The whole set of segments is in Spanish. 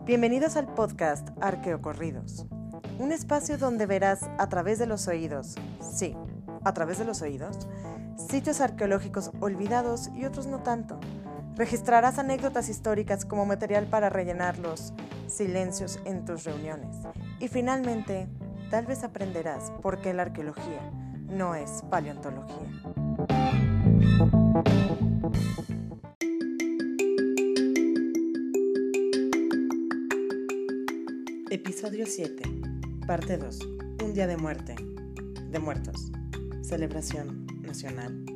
Bienvenidos al podcast Arqueocorridos, un espacio donde verás a través de los oídos, sí, a través de los oídos, sitios arqueológicos olvidados y otros no tanto. Registrarás anécdotas históricas como material para rellenar los silencios en tus reuniones. Y finalmente, tal vez aprenderás por qué la arqueología no es paleontología. Episodio 7, parte 2, un día de muerte, de muertos, celebración nacional.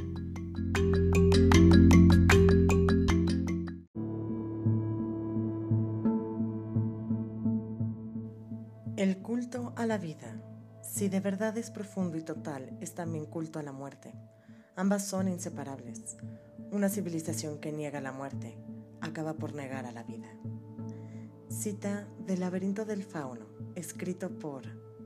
El culto a la vida, si de verdad es profundo y total, es también culto a la muerte. Ambas son inseparables. Una civilización que niega la muerte acaba por negar a la vida. Cita del Laberinto del Fauno, escrito por...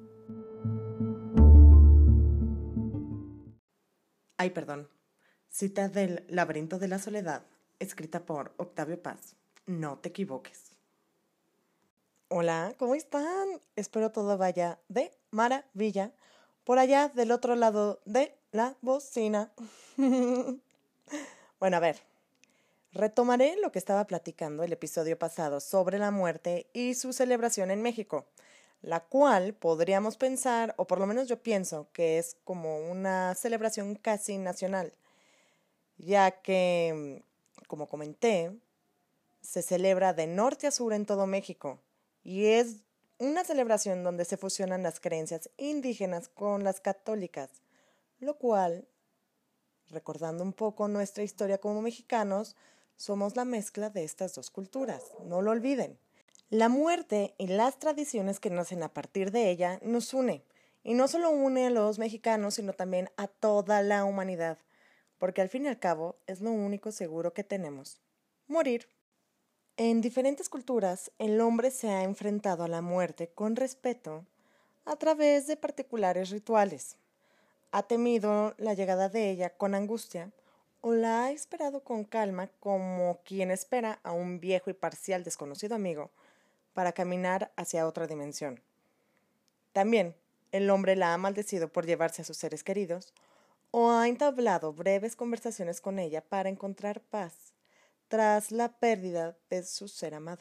Cita del Laberinto de la Soledad, escrita por Octavio Paz. No te equivoques. Hola, ¿cómo están? Espero todo vaya de maravilla por allá del otro lado de la bocina. Bueno, a ver. Retomaré lo que estaba platicando el episodio pasado sobre la muerte y su celebración en México, la cual podríamos pensar, o por lo menos yo pienso, que es como una celebración casi nacional, ya que, como comenté, se celebra de norte a sur en todo México y es una celebración donde se fusionan las creencias indígenas con las católicas, lo cual, recordando un poco nuestra historia como mexicanos, somos la mezcla de estas dos culturas, no lo olviden. La muerte y las tradiciones que nacen a partir de ella nos une, y no solo une a los mexicanos, sino también a toda la humanidad, porque al fin y al cabo es lo único seguro que tenemos: morir. En diferentes culturas, el hombre se ha enfrentado a la muerte con respeto a través de particulares rituales. Ha temido la llegada de ella con angustia, o la ha esperado con calma como quien espera a un viejo y parcial desconocido amigo para caminar hacia otra dimensión. También el hombre la ha maldecido por llevarse a sus seres queridos o ha entablado breves conversaciones con ella para encontrar paz tras la pérdida de su ser amado.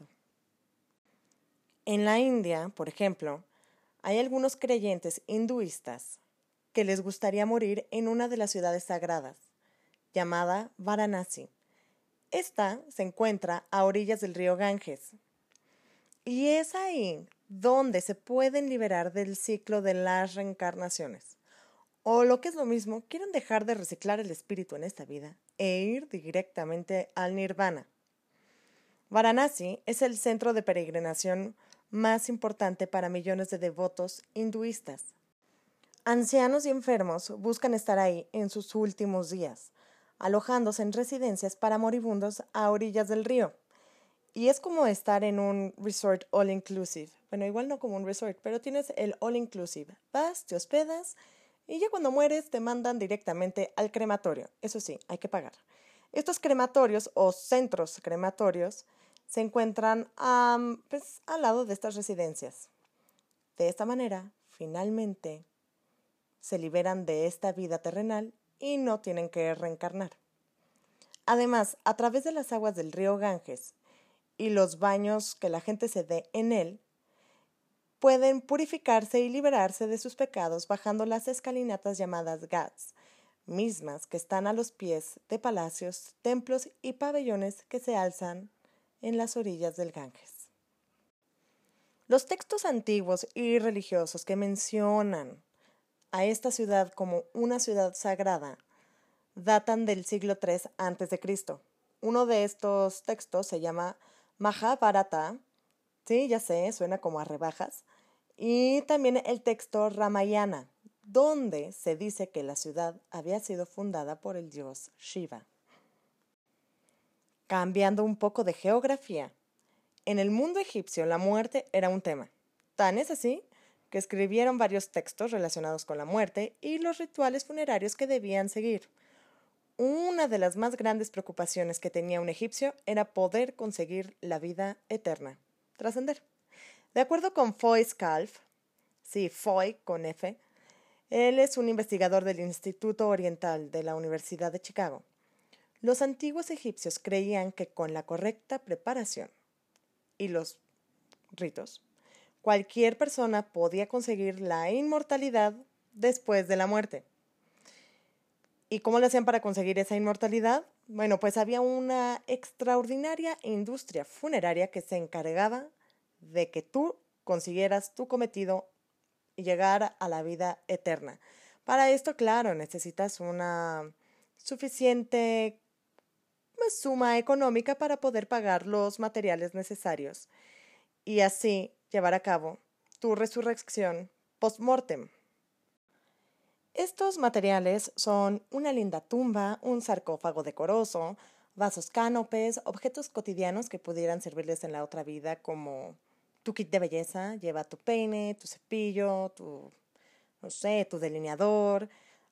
En la India, por ejemplo, hay algunos creyentes hinduistas que les gustaría morir en una de las ciudades sagradas, llamada Varanasi. Esta se encuentra a orillas del río Ganges y es ahí donde se pueden liberar del ciclo de las reencarnaciones. O lo que es lo mismo, quieren dejar de reciclar el espíritu en esta vida e ir directamente al nirvana. Varanasi es el centro de peregrinación más importante para millones de devotos hinduistas. Ancianos y enfermos buscan estar ahí en sus últimos días, alojándose en residencias para moribundos a orillas del río. Y es como estar en un resort all inclusive. Bueno, igual no como un resort, pero tienes el all inclusive. Vas, te hospedas y ya cuando mueres te mandan directamente al crematorio. Eso sí, hay que pagar. Estos crematorios o centros crematorios se encuentran al lado de estas residencias. De esta manera, finalmente, se liberan de esta vida terrenal y no tienen que reencarnar. Además, a través de las aguas del río Ganges y los baños que la gente se dé en él, pueden purificarse y liberarse de sus pecados bajando las escalinatas llamadas ghats, mismas que están a los pies de palacios, templos y pabellones que se alzan en las orillas del Ganges. Los textos antiguos y religiosos que mencionan a esta ciudad como una ciudad sagrada datan del siglo III a.C. Uno de estos textos se llama Mahabharata, sí, ya sé, suena como a rebajas, y también el texto Ramayana, donde se dice que la ciudad había sido fundada por el dios Shiva. Cambiando un poco de geografía, en el mundo egipcio la muerte era un tema. Tan es así que escribieron varios textos relacionados con la muerte y los rituales funerarios que debían seguir. Una de las más grandes preocupaciones que tenía un egipcio era poder conseguir la vida eterna. trascender. De acuerdo con Foy Scalf, sí, Foy con F, él es un investigador del Instituto Oriental de la Universidad de Chicago. Los antiguos egipcios creían que con la correcta preparación y los ritos, cualquier persona podía conseguir la inmortalidad después de la muerte. ¿Y cómo lo hacían para conseguir esa inmortalidad? Bueno, pues había una extraordinaria industria funeraria que se encargaba de que tú consiguieras tu cometido y llegar a la vida eterna. Para esto, claro, necesitas una suficiente suma económica para poder pagar los materiales necesarios y así llevar a cabo tu resurrección post-mortem. Estos materiales son una linda tumba, un sarcófago decoroso, vasos cánopes, objetos cotidianos que pudieran servirles en la otra vida como tu kit de belleza, lleva tu peine, tu cepillo, no sé, tu delineador,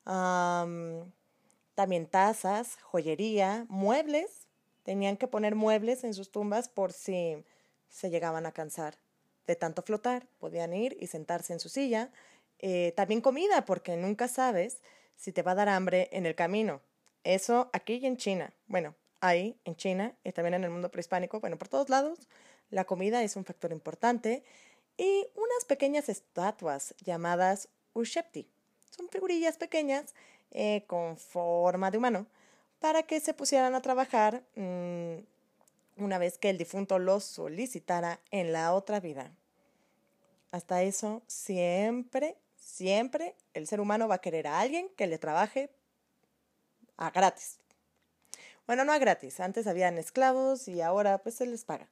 también tazas, joyería, muebles. Tenían que poner muebles en sus tumbas por si se llegaban a cansar de tanto flotar. Podían ir y sentarse en su silla. También comida, porque nunca sabes si te va a dar hambre en el camino. Eso aquí y en China. Bueno, ahí en China y también en el mundo prehispánico, bueno, por todos lados, la comida es un factor importante. Y unas pequeñas estatuas llamadas Ushepti. Son figurillas pequeñas con forma de humano para que se pusieran a trabajar una vez que el difunto los solicitara en la otra vida. Hasta eso, siempre el ser humano va a querer a alguien que le trabaje a gratis. Bueno, no a gratis, antes habían esclavos y ahora pues se les paga.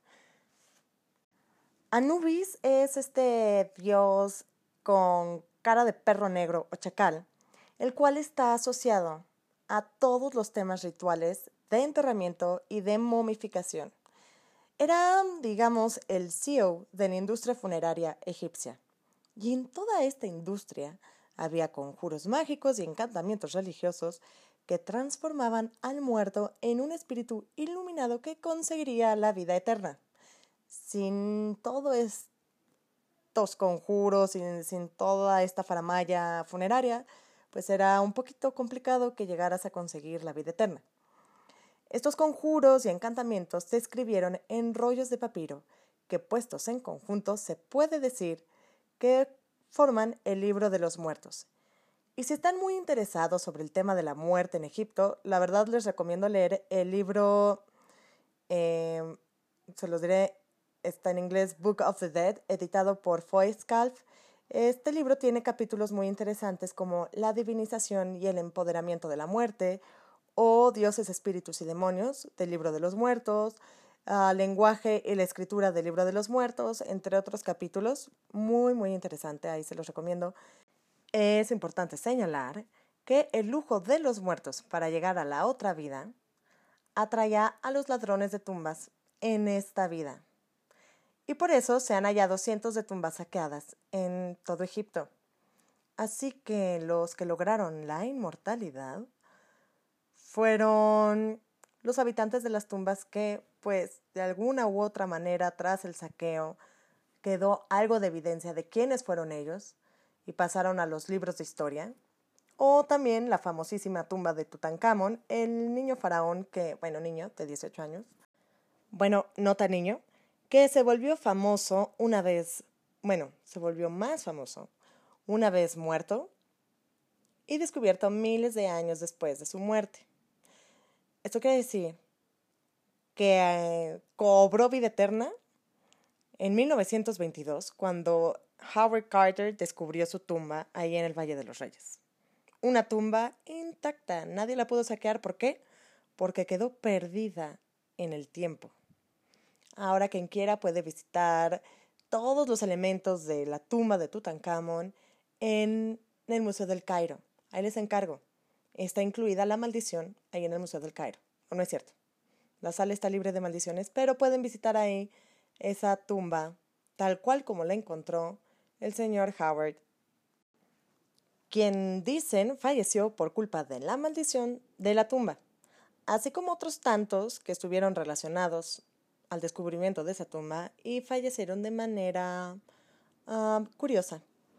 Anubis es este dios con cara de perro negro o chacal, el cual está asociado a todos los temas rituales de enterramiento y de momificación. Era, digamos, el CEO de la industria funeraria egipcia. Y en toda esta industria había conjuros mágicos y encantamientos religiosos que transformaban al muerto en un espíritu iluminado que conseguiría la vida eterna. Sin todos estos conjuros, sin toda esta faramalla funeraria, pues era un poquito complicado que llegaras a conseguir la vida eterna. Estos conjuros y encantamientos se escribieron en rollos de papiro que, puestos en conjunto, se puede decir que forman el libro de los muertos. Y si están muy interesados sobre el tema de la muerte en Egipto, la verdad les recomiendo leer el libro, se los diré, está en inglés, Book of the Dead, editado por Foy Scalf. Este libro tiene capítulos muy interesantes como la divinización y el empoderamiento de la muerte, o Dioses, Espíritus y Demonios, del Libro de los Muertos, Lenguaje y la Escritura del Libro de los Muertos, entre otros capítulos. Muy, muy interesante, ahí se los recomiendo. Es importante señalar que el lujo de los muertos para llegar a la otra vida atraía a los ladrones de tumbas en esta vida. Y por eso se han hallado cientos de tumbas saqueadas en todo Egipto. Así que los que lograron la inmortalidad fueron los habitantes de las tumbas que, pues, de alguna u otra manera, tras el saqueo, quedó algo de evidencia de quiénes fueron ellos y pasaron a los libros de historia. O también la famosísima tumba de Tutankamón, el niño faraón que, bueno, niño de 18 años, bueno, no tan niño, que se volvió famoso una vez, bueno, se volvió más famoso una vez muerto y descubierto miles de años después de su muerte. Esto quiere decir que cobró vida eterna en 1922, cuando Howard Carter descubrió su tumba ahí en el Valle de los Reyes. Una tumba intacta, nadie la pudo saquear. ¿Por qué? Porque quedó perdida en el tiempo. Ahora quien quiera puede visitar todos los elementos de la tumba de Tutankamón en el Museo del Cairo. Ahí les encargo. Está incluida la maldición ahí en el Museo del Cairo. ¿O no es cierto? La sala está libre de maldiciones, pero pueden visitar ahí esa tumba tal cual como la encontró el señor Howard, quien dicen falleció por culpa de la maldición de la tumba, así como otros tantos que estuvieron relacionados al descubrimiento de esa tumba y fallecieron de manera curiosa.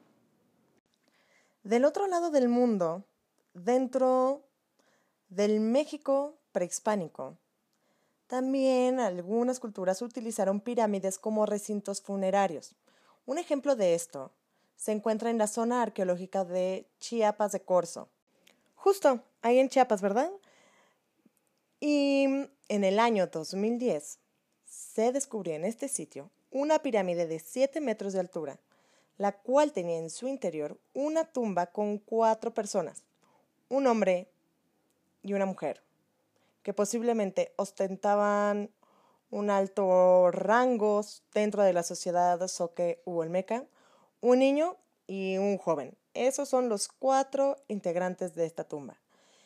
Del otro lado del mundo, dentro del México prehispánico, también algunas culturas utilizaron pirámides como recintos funerarios. Un ejemplo de esto se encuentra en la zona arqueológica de Chiapas de Corzo. Justo ahí en Chiapas, ¿verdad? Y en el año 2010 se descubrió en este sitio una pirámide de 7 metros de altura, la cual tenía en su interior una tumba con 4 personas, un hombre y una mujer, que posiblemente ostentaban un alto rango dentro de la sociedad zoque u olmeca, un niño y un joven. Esos son los 4 integrantes de esta tumba.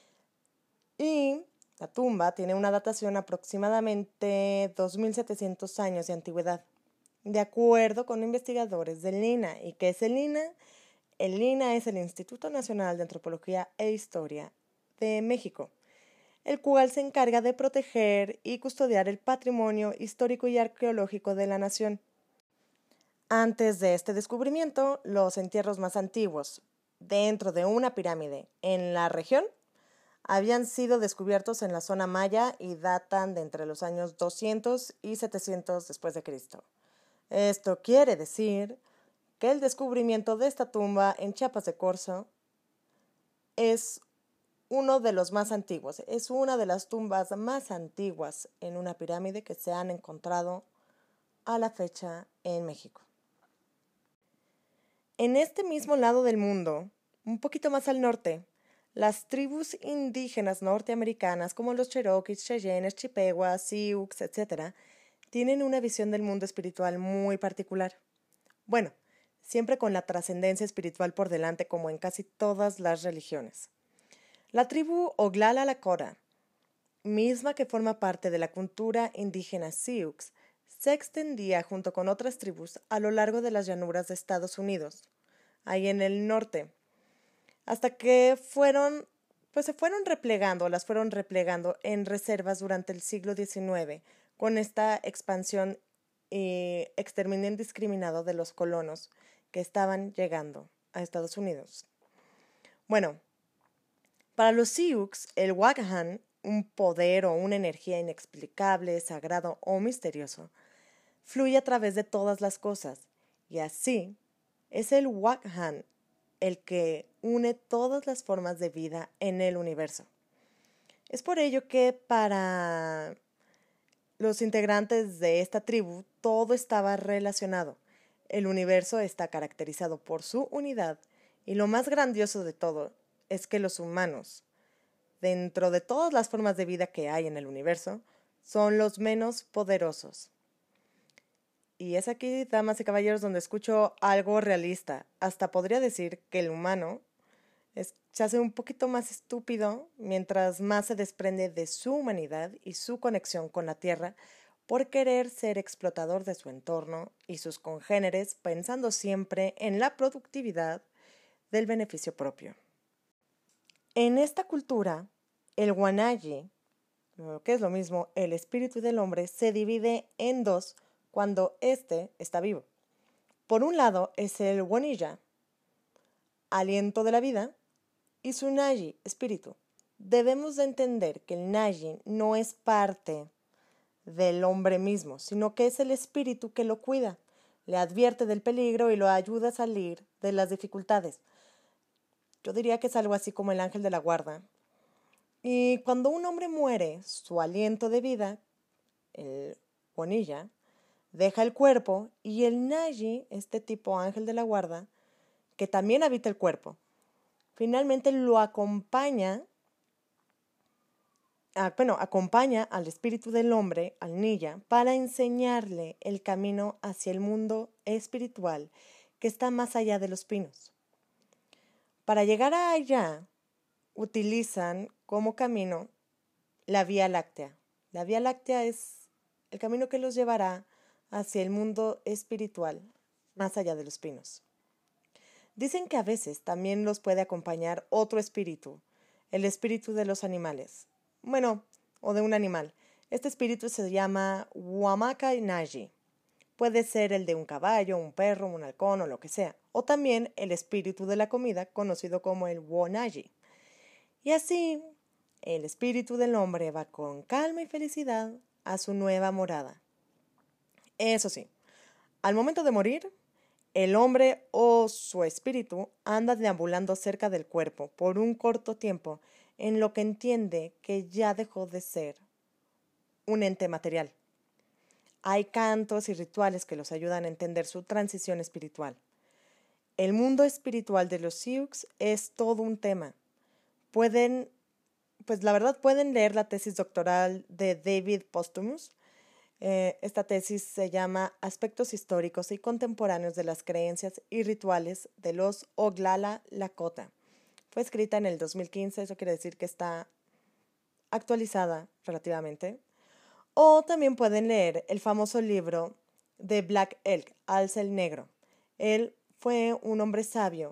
Y la tumba tiene una datación aproximadamente 2700 años de antigüedad, de acuerdo con investigadores del INAH. ¿Y qué es el INAH? El INAH es el Instituto Nacional de Antropología e Historia de México, el cual se encarga de proteger y custodiar el patrimonio histórico y arqueológico de la nación. Antes de este descubrimiento, los entierros más antiguos dentro de una pirámide en la región habían sido descubiertos en la zona maya y datan de entre los años 200 y 700 después de Cristo. Esto quiere decir que el descubrimiento de esta tumba en Chiapas de Corzo es uno de los más antiguos, es una de las tumbas más antiguas en una pirámide que se han encontrado a la fecha en México. En este mismo lado del mundo, un poquito más al norte, las tribus indígenas norteamericanas como los Cherokees, Cheyennes, Chippewas, Sioux, etc., tienen una visión del mundo espiritual muy particular. Bueno, siempre con la trascendencia espiritual por delante como en casi todas las religiones. La tribu Oglala Lakota, misma que forma parte de la cultura indígena Sioux, se extendía junto con otras tribus a lo largo de las llanuras de Estados Unidos, ahí en el norte, hasta que se fueron replegando en reservas durante el siglo XIX, con esta expansión y exterminio indiscriminado de los colonos que estaban llegando a Estados Unidos. Bueno, para los Sioux, el Wagahan, un poder o una energía inexplicable, sagrado o misterioso, fluye a través de todas las cosas, y así es el Wagahan el que une todas las formas de vida en el universo. Es por ello que para los integrantes de esta tribu todo estaba relacionado. El universo está caracterizado por su unidad y lo más grandioso de todo es que los humanos, dentro de todas las formas de vida que hay en el universo, son los menos poderosos. Y es aquí, damas y caballeros, donde escucho algo realista. Hasta podría decir que el humano se hace un poquito más estúpido mientras más se desprende de su humanidad y su conexión con la Tierra por querer ser explotador de su entorno y sus congéneres, pensando siempre en la productividad del beneficio propio. En esta cultura, el Wanayi, lo que es lo mismo, el espíritu del hombre, se divide en dos cuando éste está vivo. Por un lado es el Waniya, aliento de la vida, y su Nayi, espíritu. Debemos de entender que el Nayi no es parte del hombre mismo, sino que es el espíritu que lo cuida, le advierte del peligro y lo ayuda a salir de las dificultades. Yo diría que es algo así como el ángel de la guarda. Y cuando un hombre muere, su aliento de vida, el Waniya, deja el cuerpo y el Nayi, este tipo ángel de la guarda, que también habita el cuerpo, finalmente lo acompaña al espíritu del hombre, al Niya, para enseñarle el camino hacia el mundo espiritual que está más allá de los pinos. Para llegar allá, utilizan como camino la Vía Láctea. La Vía Láctea es el camino que los llevará hacia el mundo espiritual, más allá de los pinos. Dicen que a veces también los puede acompañar otro espíritu, el espíritu de los animales. Bueno, o de un animal. Este espíritu se llama Wamaka Naji. Puede ser el de un caballo, un perro, un halcón o lo que sea. O también el espíritu de la comida, conocido como el Wonaji. Y así, el espíritu del hombre va con calma y felicidad a su nueva morada. Eso sí, al momento de morir, el hombre o su espíritu anda deambulando cerca del cuerpo por un corto tiempo en lo que entiende que ya dejó de ser un ente material. Hay cantos y rituales que los ayudan a entender su transición espiritual. El mundo espiritual de los Sioux es todo un tema. Pueden leer la tesis doctoral de David Postumus. Esta tesis se llama Aspectos históricos y contemporáneos de las creencias y rituales de los Oglala Lakota. Fue escrita en el 2015, eso quiere decir que está actualizada relativamente. O también pueden leer el famoso libro de Black Elk, Alce el Negro. Él fue un hombre sabio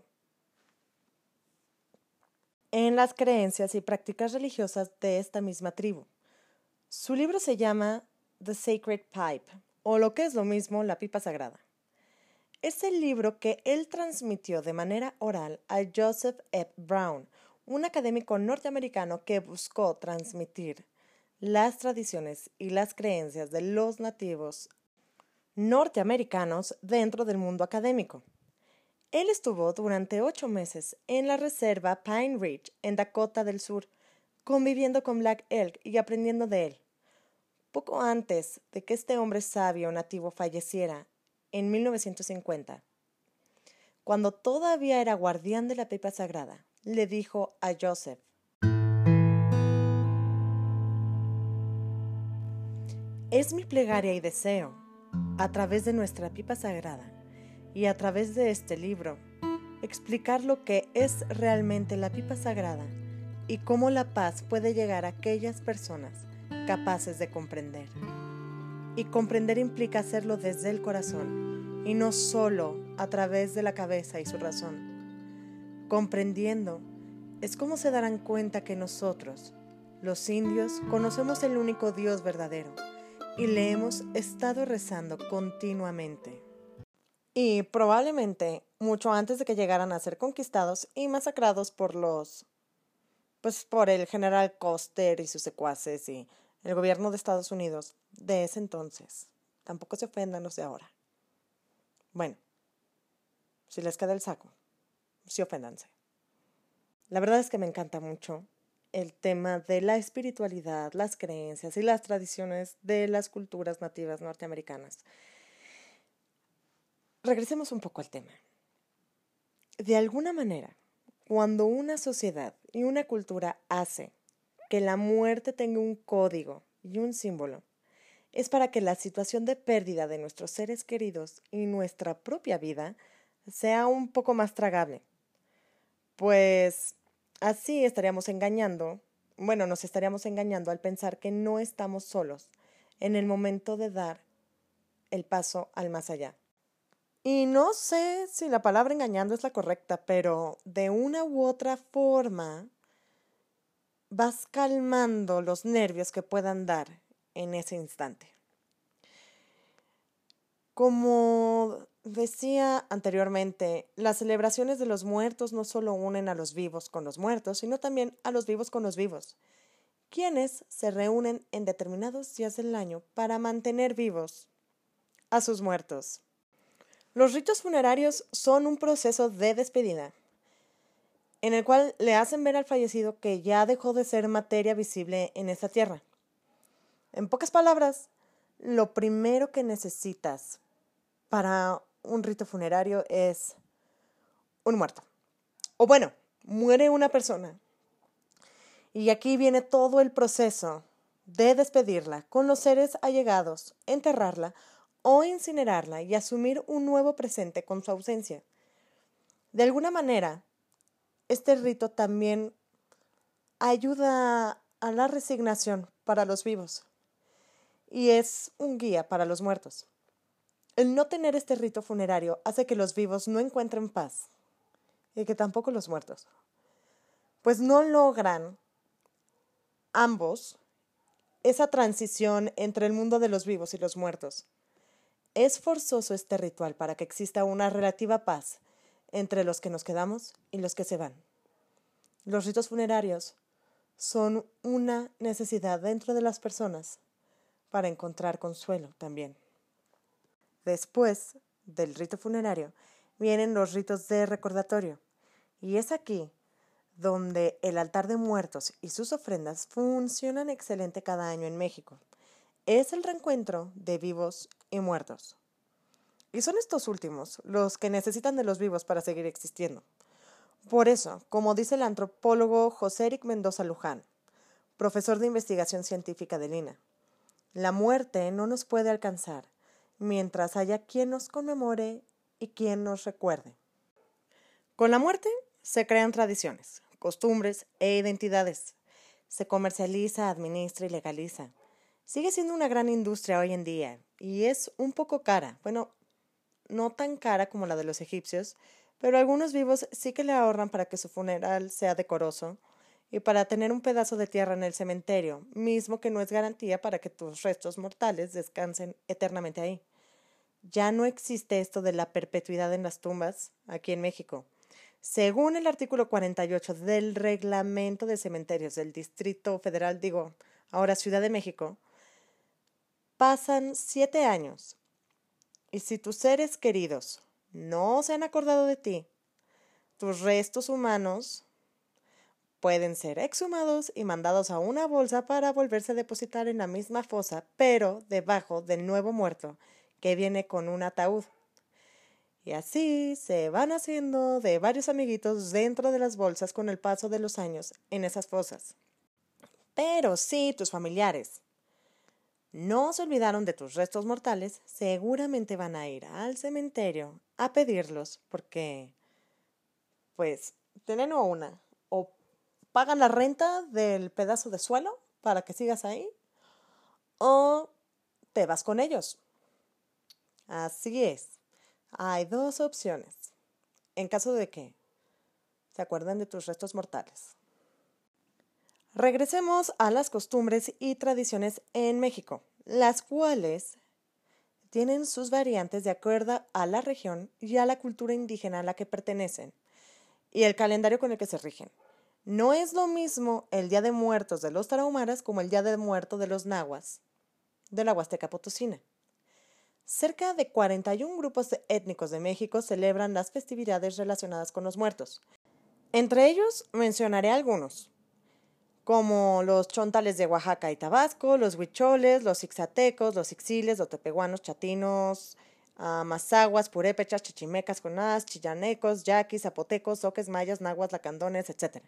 en las creencias y prácticas religiosas de esta misma tribu. Su libro se llama The Sacred Pipe, o lo que es lo mismo, la pipa sagrada. Es el libro que él transmitió de manera oral a Joseph F. Brown, un académico norteamericano que buscó transmitir las tradiciones y las creencias de los nativos norteamericanos dentro del mundo académico. Él estuvo durante 8 meses en la reserva Pine Ridge, en Dakota del Sur, conviviendo con Black Elk y aprendiendo de él. Poco antes de que este hombre sabio nativo falleciera, en 1950, cuando todavía era guardián de la pipa sagrada, le dijo a Joseph: es mi plegaria y deseo, a través de nuestra pipa sagrada y a través de este libro, explicar lo que es realmente la pipa sagrada y cómo la paz puede llegar a aquellas personas capaces de comprender. Y comprender implica hacerlo desde el corazón y no solo a través de la cabeza y su razón. Comprendiendo es como se darán cuenta que nosotros, los indios, conocemos el único Dios verdadero y le hemos estado rezando continuamente. Y probablemente mucho antes de que llegaran a ser conquistados y masacrados por el general Custer y sus secuaces y el gobierno de Estados Unidos de ese entonces. Tampoco se ofendan los de ahora. Bueno, si les queda el saco, sí oféndanse. La verdad es que me encanta mucho el tema de la espiritualidad, las creencias y las tradiciones de las culturas nativas norteamericanas. Regresemos un poco al tema. De alguna manera, cuando una sociedad y una cultura hace que la muerte tenga un código y un símbolo, es para que la situación de pérdida de nuestros seres queridos y nuestra propia vida sea un poco más tragable. Pues así nos estaríamos engañando al pensar que no estamos solos en el momento de dar el paso al más allá. Y no sé si la palabra engañando es la correcta, pero de una u otra forma vas calmando los nervios que puedan dar en ese instante. Como decía anteriormente, las celebraciones de los muertos no solo unen a los vivos con los muertos, sino también a los vivos con los vivos, quienes se reúnen en determinados días del año para mantener vivos a sus muertos. Los ritos funerarios son un proceso de despedida, en el cual le hacen ver al fallecido que ya dejó de ser materia visible en esta tierra. En pocas palabras, lo primero que necesitas para un rito funerario es un muerto. O bueno, muere una persona. Y aquí viene todo el proceso de despedirla con los seres allegados, enterrarla o incinerarla y asumir un nuevo presente con su ausencia. De alguna manera, este rito también ayuda a la resignación para los vivos y es un guía para los muertos. El no tener este rito funerario hace que los vivos no encuentren paz y que tampoco los muertos, pues no logran ambos esa transición entre el mundo de los vivos y los muertos. Es forzoso este ritual para que exista una relativa paz entre los que nos quedamos y los que se van. Los ritos funerarios son una necesidad dentro de las personas para encontrar consuelo también. Después del rito funerario vienen los ritos de recordatorio, y es aquí donde el altar de muertos y sus ofrendas funcionan excelente cada año en México. Es el reencuentro de vivos y muertos. Y son estos últimos los que necesitan de los vivos para seguir existiendo. Por eso, como dice el antropólogo José Eric Mendoza Luján, profesor de investigación científica de Lina, la muerte no nos puede alcanzar mientras haya quien nos conmemore y quien nos recuerde. Con la muerte se crean tradiciones, costumbres e identidades. Se comercializa, administra y legaliza. Sigue siendo una gran industria hoy en día y es un poco cara. Bueno, no tan cara como la de los egipcios, pero algunos vivos sí que le ahorran para que su funeral sea decoroso y para tener un pedazo de tierra en el cementerio, mismo que no es garantía para que tus restos mortales descansen eternamente ahí. Ya no existe esto de la perpetuidad en las tumbas aquí en México. Según el artículo 48 del Reglamento de Cementerios del Distrito Federal, ahora Ciudad de México, pasan 7 años y si tus seres queridos no se han acordado de ti, tus restos humanos pueden ser exhumados y mandados a una bolsa para volverse a depositar en la misma fosa, pero debajo del nuevo muerto, que viene con un ataúd. Y así se van haciendo de varios amiguitos dentro de las bolsas con el paso de los años en esas fosas. Pero si tus familiares no se olvidaron de tus restos mortales, seguramente van a ir al cementerio a pedirlos porque, pues, tienen o pagan la renta del pedazo de suelo para que sigas ahí, o te vas con ellos. Así es. Hay 2 opciones, en caso de que se acuerden de tus restos mortales. Regresemos a las costumbres y tradiciones en México, las cuales tienen sus variantes de acuerdo a la región y a la cultura indígena a la que pertenecen y el calendario con el que se rigen. No es lo mismo el Día de Muertos de los Tarahumaras como el Día de Muertos de los Nahuas de la Huasteca Potosina. Cerca de 41 grupos étnicos de México celebran las festividades relacionadas con los muertos. Entre ellos mencionaré algunos, como los chontales de Oaxaca y Tabasco, los huicholes, los ixatecos, los ixiles, los tepehuanos, chatinos, mazahuas, purépechas, chichimecas, jonás, chillanecos, yaquis, zapotecos, zoques, mayas, nahuas, lacandones, etc.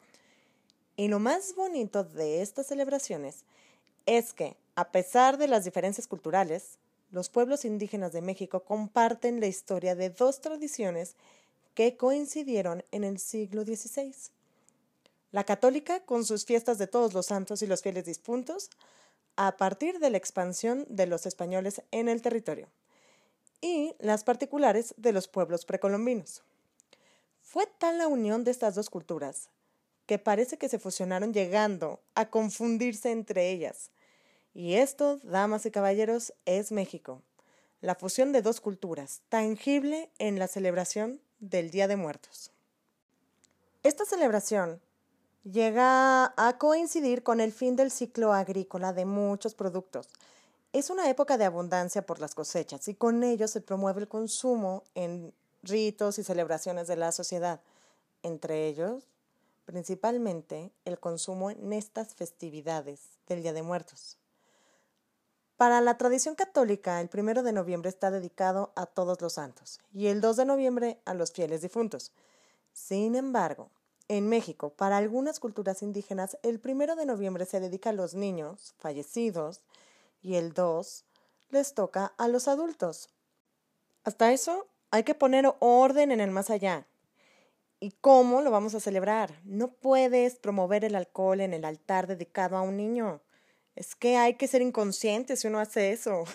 Y lo más bonito de estas celebraciones es que, a pesar de las diferencias culturales, los pueblos indígenas de México comparten la historia de 2 tradiciones que coincidieron en el siglo XVI. La católica, con sus fiestas de todos los santos y los fieles difuntos, a partir de la expansión de los españoles en el territorio, y las particulares de los pueblos precolombinos. Fue tal la unión de estas 2 culturas que parece que se fusionaron llegando a confundirse entre ellas. Y esto, damas y caballeros, es México, la fusión de 2 culturas, tangible en la celebración del Día de Muertos. Esta celebración llega a coincidir con el fin del ciclo agrícola de muchos productos. Es una época de abundancia por las cosechas y con ello se promueve el consumo en ritos y celebraciones de la sociedad, entre ellos, principalmente, el consumo en estas festividades del Día de Muertos. Para la tradición católica, el 1 de noviembre está dedicado a todos los santos y el 2 de noviembre a los fieles difuntos. Sin embargo, en México, para algunas culturas indígenas, el 1 de noviembre se dedica a los niños fallecidos y el 2 les toca a los adultos. Hasta eso, hay que poner orden en el más allá. ¿Y cómo lo vamos a celebrar? No puedes promover el alcohol en el altar dedicado a un niño. Es que hay que ser inconsciente si uno hace eso.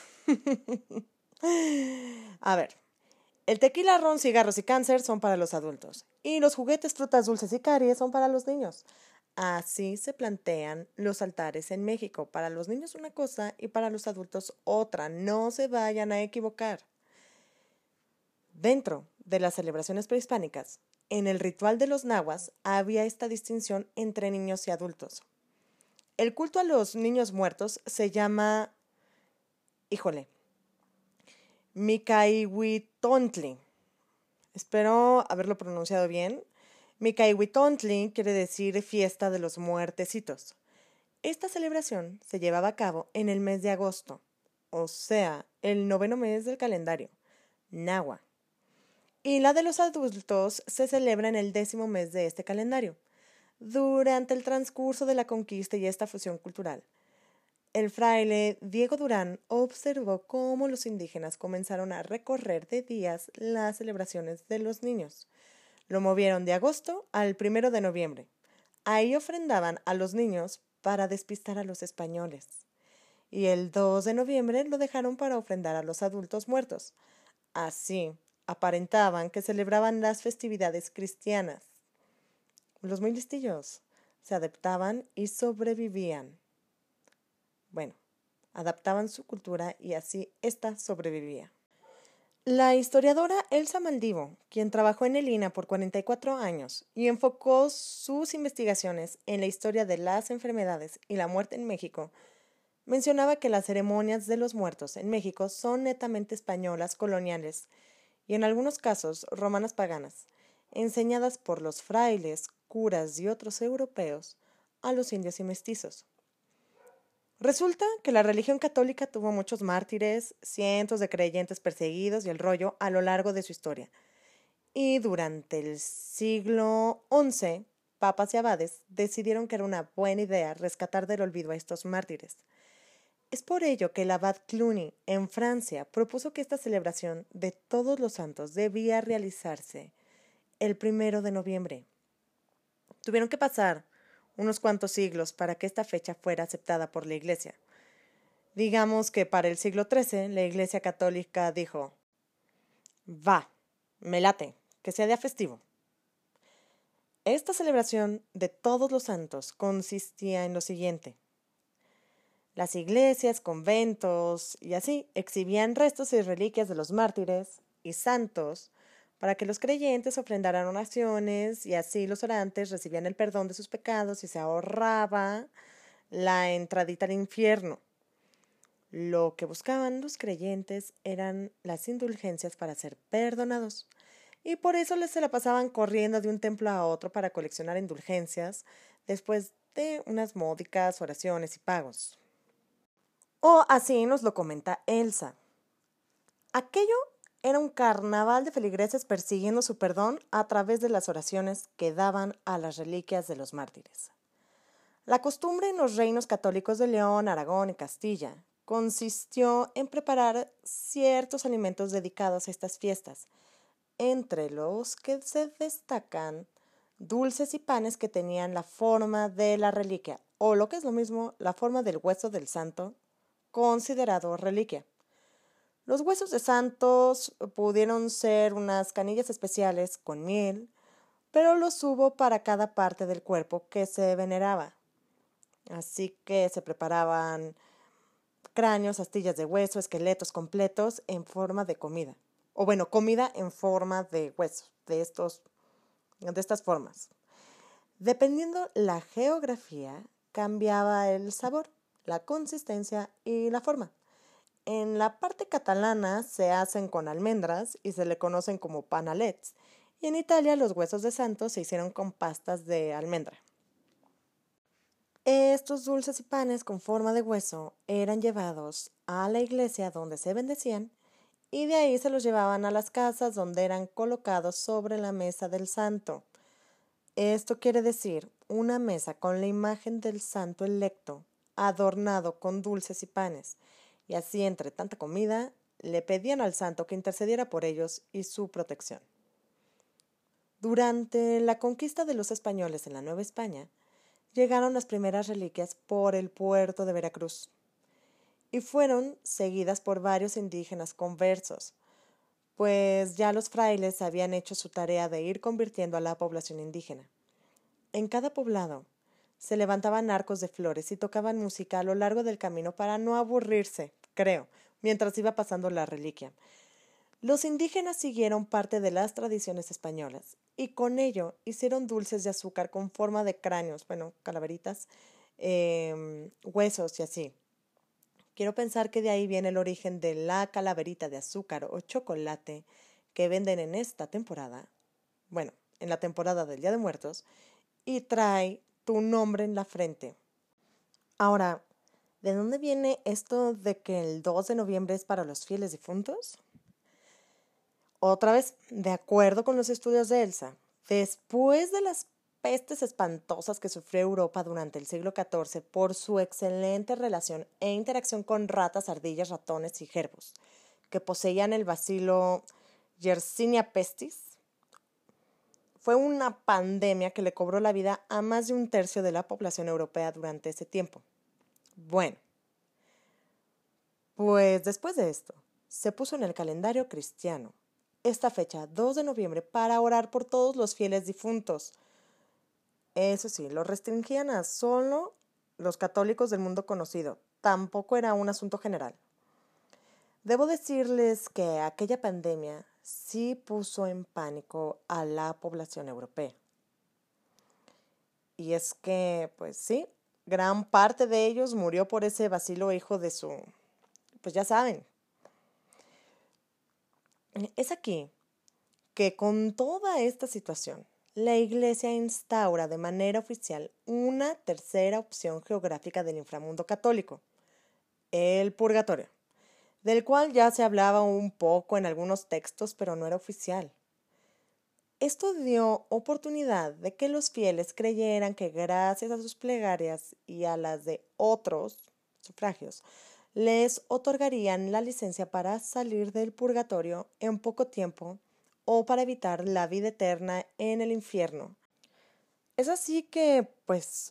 A ver, el tequila, ron, cigarros y cáncer son para los adultos. Y los juguetes, frutas dulces y caries son para los niños. Así se plantean los altares en México. Para los niños una cosa y para los adultos otra. No se vayan a equivocar. Dentro de las celebraciones prehispánicas, en el ritual de los nahuas había esta distinción entre niños y adultos. El culto a los niños muertos se llama, Micahuitontli. Espero haberlo pronunciado bien. Micahuitontli quiere decir fiesta de los muertecitos. Esta celebración se llevaba a cabo en el mes de agosto, o sea, el 9º mes del calendario, Nahua. Y la de los adultos se celebra en el 10º mes de este calendario. Durante el transcurso de la conquista y esta fusión cultural, el fraile Diego Durán observó cómo los indígenas comenzaron a recorrer de días las celebraciones de los niños. Lo movieron de agosto al 1 de noviembre. Ahí ofrendaban a los niños para despistar a los españoles. Y el 2 de noviembre lo dejaron para ofrendar a los adultos muertos. Así, aparentaban que celebraban las festividades cristianas. Los muy listillos se adaptaban y sobrevivían. Bueno, adaptaban su cultura y así ésta sobrevivía. La historiadora Elsa Maldivo, quien trabajó en el INAH por 44 años y enfocó sus investigaciones en la historia de las enfermedades y la muerte en México, mencionaba que las ceremonias de los muertos en México son netamente españolas coloniales y en algunos casos romanas paganas, enseñadas por los frailes, curas y otros europeos a los indios y mestizos. Resulta que la religión católica tuvo muchos mártires, cientos de creyentes perseguidos y el rollo a lo largo de su historia. Y durante el siglo XI, papas y abades decidieron que era una buena idea rescatar del olvido a estos mártires. Es por ello que el abad Cluny, en Francia, propuso que esta celebración de todos los santos debía realizarse el 1 de noviembre. Tuvieron que pasar unos cuantos siglos para que esta fecha fuera aceptada por la Iglesia. Digamos que para el siglo XIII la Iglesia Católica dijo: va, me late, que sea día festivo. Esta celebración de todos los santos consistía en lo siguiente. Las iglesias, conventos y así exhibían restos y reliquias de los mártires y santos para que los creyentes ofrendaran oraciones y así los orantes recibían el perdón de sus pecados y se ahorraba la entradita al infierno. Lo que buscaban los creyentes eran las indulgencias para ser perdonados y por eso se la pasaban corriendo de un templo a otro para coleccionar indulgencias después de unas módicas oraciones y pagos. O así nos lo comenta Elsa. Aquello era un carnaval de feligreses persiguiendo su perdón a través de las oraciones que daban a las reliquias de los mártires. La costumbre en los reinos católicos de León, Aragón y Castilla consistió en preparar ciertos alimentos dedicados a estas fiestas, entre los que se destacan dulces y panes que tenían la forma de la reliquia, o lo que es lo mismo, la forma del hueso del santo, considerado reliquia. Los huesos de santos pudieron ser unas canillas especiales con miel, pero los hubo para cada parte del cuerpo que se veneraba. Así que se preparaban cráneos, astillas de hueso, esqueletos completos en forma de comida. O bueno, comida en forma de hueso, de estas formas. Dependiendo la geografía, cambiaba el sabor, la consistencia y la forma. En la parte catalana se hacen con almendras y se le conocen como panalets, y en Italia los huesos de santo se hicieron con pastas de almendra. Estos dulces y panes con forma de hueso eran llevados a la iglesia donde se bendecían y de ahí se los llevaban a las casas donde eran colocados sobre la mesa del santo. Esto quiere decir una mesa con la imagen del santo electo, adornado con dulces y panes, y así entre tanta comida le pedían al santo que intercediera por ellos y su protección. Durante la conquista de los españoles en la Nueva España, llegaron las primeras reliquias por el puerto de Veracruz y fueron seguidas por varios indígenas conversos, pues ya los frailes habían hecho su tarea de ir convirtiendo a la población indígena. En cada poblado Se levantaban arcos de flores y tocaban música a lo largo del camino para no aburrirse, creo, mientras iba pasando la reliquia. Los indígenas siguieron parte de las tradiciones españolas y con ello hicieron dulces de azúcar con forma de cráneos, bueno, calaveritas, huesos y así. Quiero pensar que de ahí viene el origen de la calaverita de azúcar o chocolate que venden en esta temporada, bueno, en la temporada del Día de Muertos, y trae tu nombre en la frente. Ahora, ¿de dónde viene esto de que el 2 de noviembre es para los fieles difuntos? Otra vez, de acuerdo con los estudios de Elsa, después de las pestes espantosas que sufrió Europa durante el siglo XIV por su excelente relación e interacción con ratas, ardillas, ratones y jerbos, que poseían el bacilo Yersinia pestis, fue una pandemia que le cobró la vida a más de un tercio de la población europea durante ese tiempo. Bueno, pues después de esto, se puso en el calendario cristiano esta fecha, 2 de noviembre, para orar por todos los fieles difuntos. Eso sí, lo restringían a solo los católicos del mundo conocido. Tampoco era un asunto general. Debo decirles que aquella pandemia sí puso en pánico a la población europea. Y es que, pues sí, gran parte de ellos murió por ese bacilo hijo de su... Pues ya saben. Es aquí que con toda esta situación, la Iglesia instaura de manera oficial una tercera opción geográfica del inframundo católico, el purgatorio, del cual ya se hablaba un poco en algunos textos, pero no era oficial. Esto dio oportunidad de que los fieles creyeran que gracias a sus plegarias y a las de otros sufragios, les otorgarían la licencia para salir del purgatorio en poco tiempo o para evitar la vida eterna en el infierno. Es así que, pues,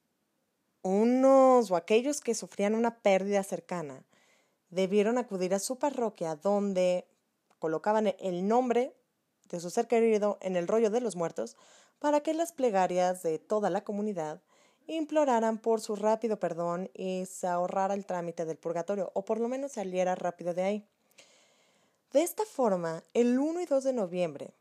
unos o aquellos que sufrían una pérdida cercana debieron acudir a su parroquia donde colocaban el nombre de su ser querido en el rollo de los muertos para que las plegarias de toda la comunidad imploraran por su rápido perdón y se ahorrara el trámite del purgatorio, o por lo menos saliera rápido de ahí. De esta forma, el 1 y 2 de noviembre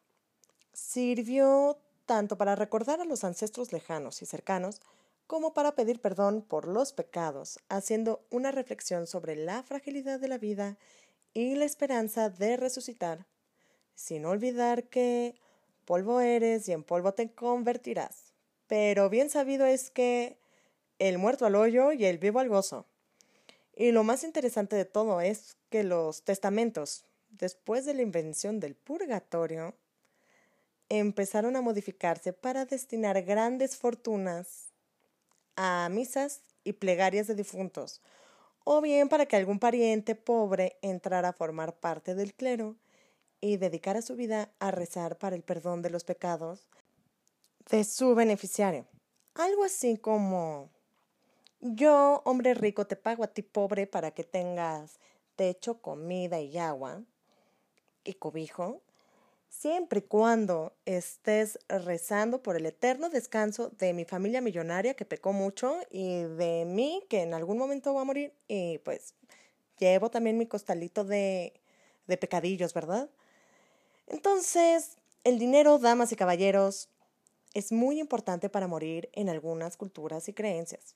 sirvió tanto para recordar a los ancestros lejanos y cercanos, como para pedir perdón por los pecados, haciendo una reflexión sobre la fragilidad de la vida y la esperanza de resucitar, sin olvidar que polvo eres y en polvo te convertirás. Pero bien sabido es que el muerto al hoyo y el vivo al gozo. Y lo más interesante de todo es que los testamentos, después de la invención del purgatorio, empezaron a modificarse para destinar grandes fortunas a misas y plegarias de difuntos, o bien para que algún pariente pobre entrara a formar parte del clero y dedicara su vida a rezar para el perdón de los pecados de su beneficiario. Algo así como: yo, hombre rico, te pago a ti pobre para que tengas techo, comida y agua y cobijo, siempre y cuando estés rezando por el eterno descanso de mi familia millonaria que pecó mucho y de mí que en algún momento va a morir, y pues llevo también mi costalito de pecadillos, ¿verdad? Entonces, el dinero, damas y caballeros, es muy importante para morir en algunas culturas y creencias.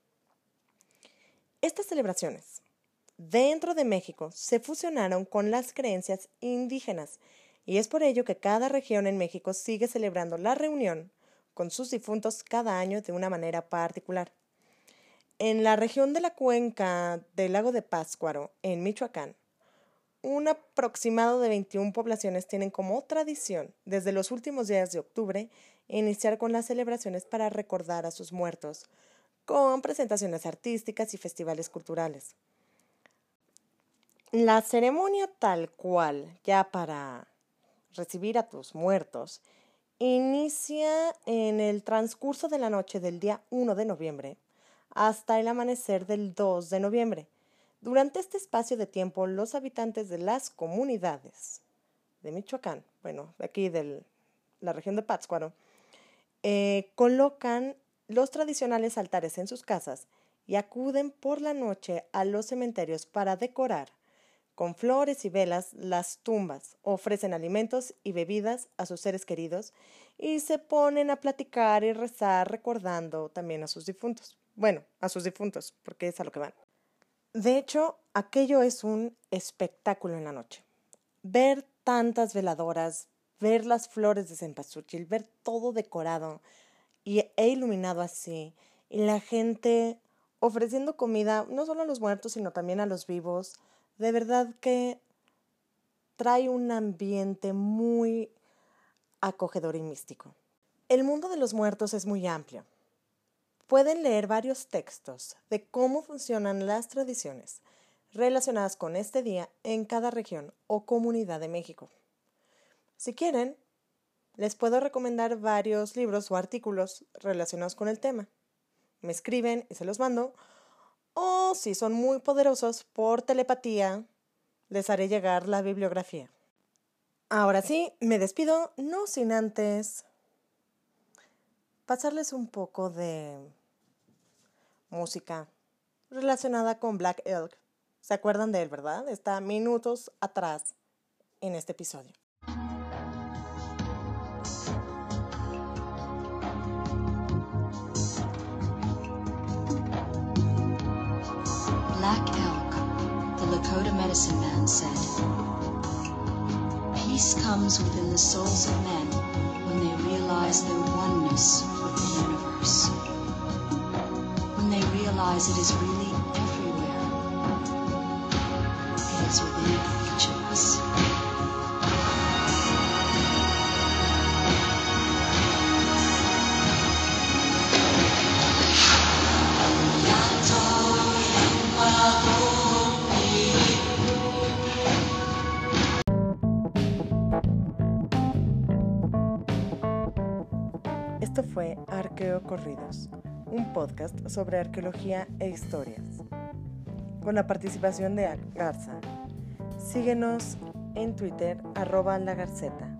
Estas celebraciones dentro de México se fusionaron con las creencias indígenas, y es por ello que cada región en México sigue celebrando la reunión con sus difuntos cada año de una manera particular. En la región de la cuenca del lago de Pátzcuaro, en Michoacán, un aproximado de 21 poblaciones tienen como tradición, desde los últimos días de octubre, iniciar con las celebraciones para recordar a sus muertos, con presentaciones artísticas y festivales culturales. La ceremonia tal cual, ya para recibir a tus muertos, inicia en el transcurso de la noche del día 1 de noviembre hasta el amanecer del 2 de noviembre. Durante este espacio de tiempo, los habitantes de las comunidades de Michoacán, bueno, de aquí de la región de Pátzcuaro, colocan los tradicionales altares en sus casas y acuden por la noche a los cementerios para decorar con flores y velas las tumbas, ofrecen alimentos y bebidas a sus seres queridos y se ponen a platicar y rezar recordando también a sus difuntos. Bueno, a sus difuntos, porque es a lo que van. De hecho, aquello es un espectáculo en la noche. Ver tantas veladoras, ver las flores de cempasúchil, ver todo decorado e iluminado así, y la gente ofreciendo comida no solo a los muertos, sino también a los vivos, de verdad que trae un ambiente muy acogedor y místico. El mundo de los muertos es muy amplio. Pueden leer varios textos de cómo funcionan las tradiciones relacionadas con este día en cada región o comunidad de México. Si quieren, les puedo recomendar varios libros o artículos relacionados con el tema. Me escriben y se los mando. O si son muy poderosos, por telepatía, les haré llegar la bibliografía. Ahora sí, me despido, no sin antes pasarles un poco de música relacionada con Black Elk. ¿Se acuerdan de él, verdad? Está minutos atrás en este episodio. Black Elk, the Lakota medicine man said, "Peace comes within the souls of men when they realize their oneness with the universe. When they realize it is really everywhere. It is within each of us." Esto fue Arqueocorridos, un podcast sobre arqueología e historias, con la participación de Garza. Síguenos en Twitter, @lagarceta.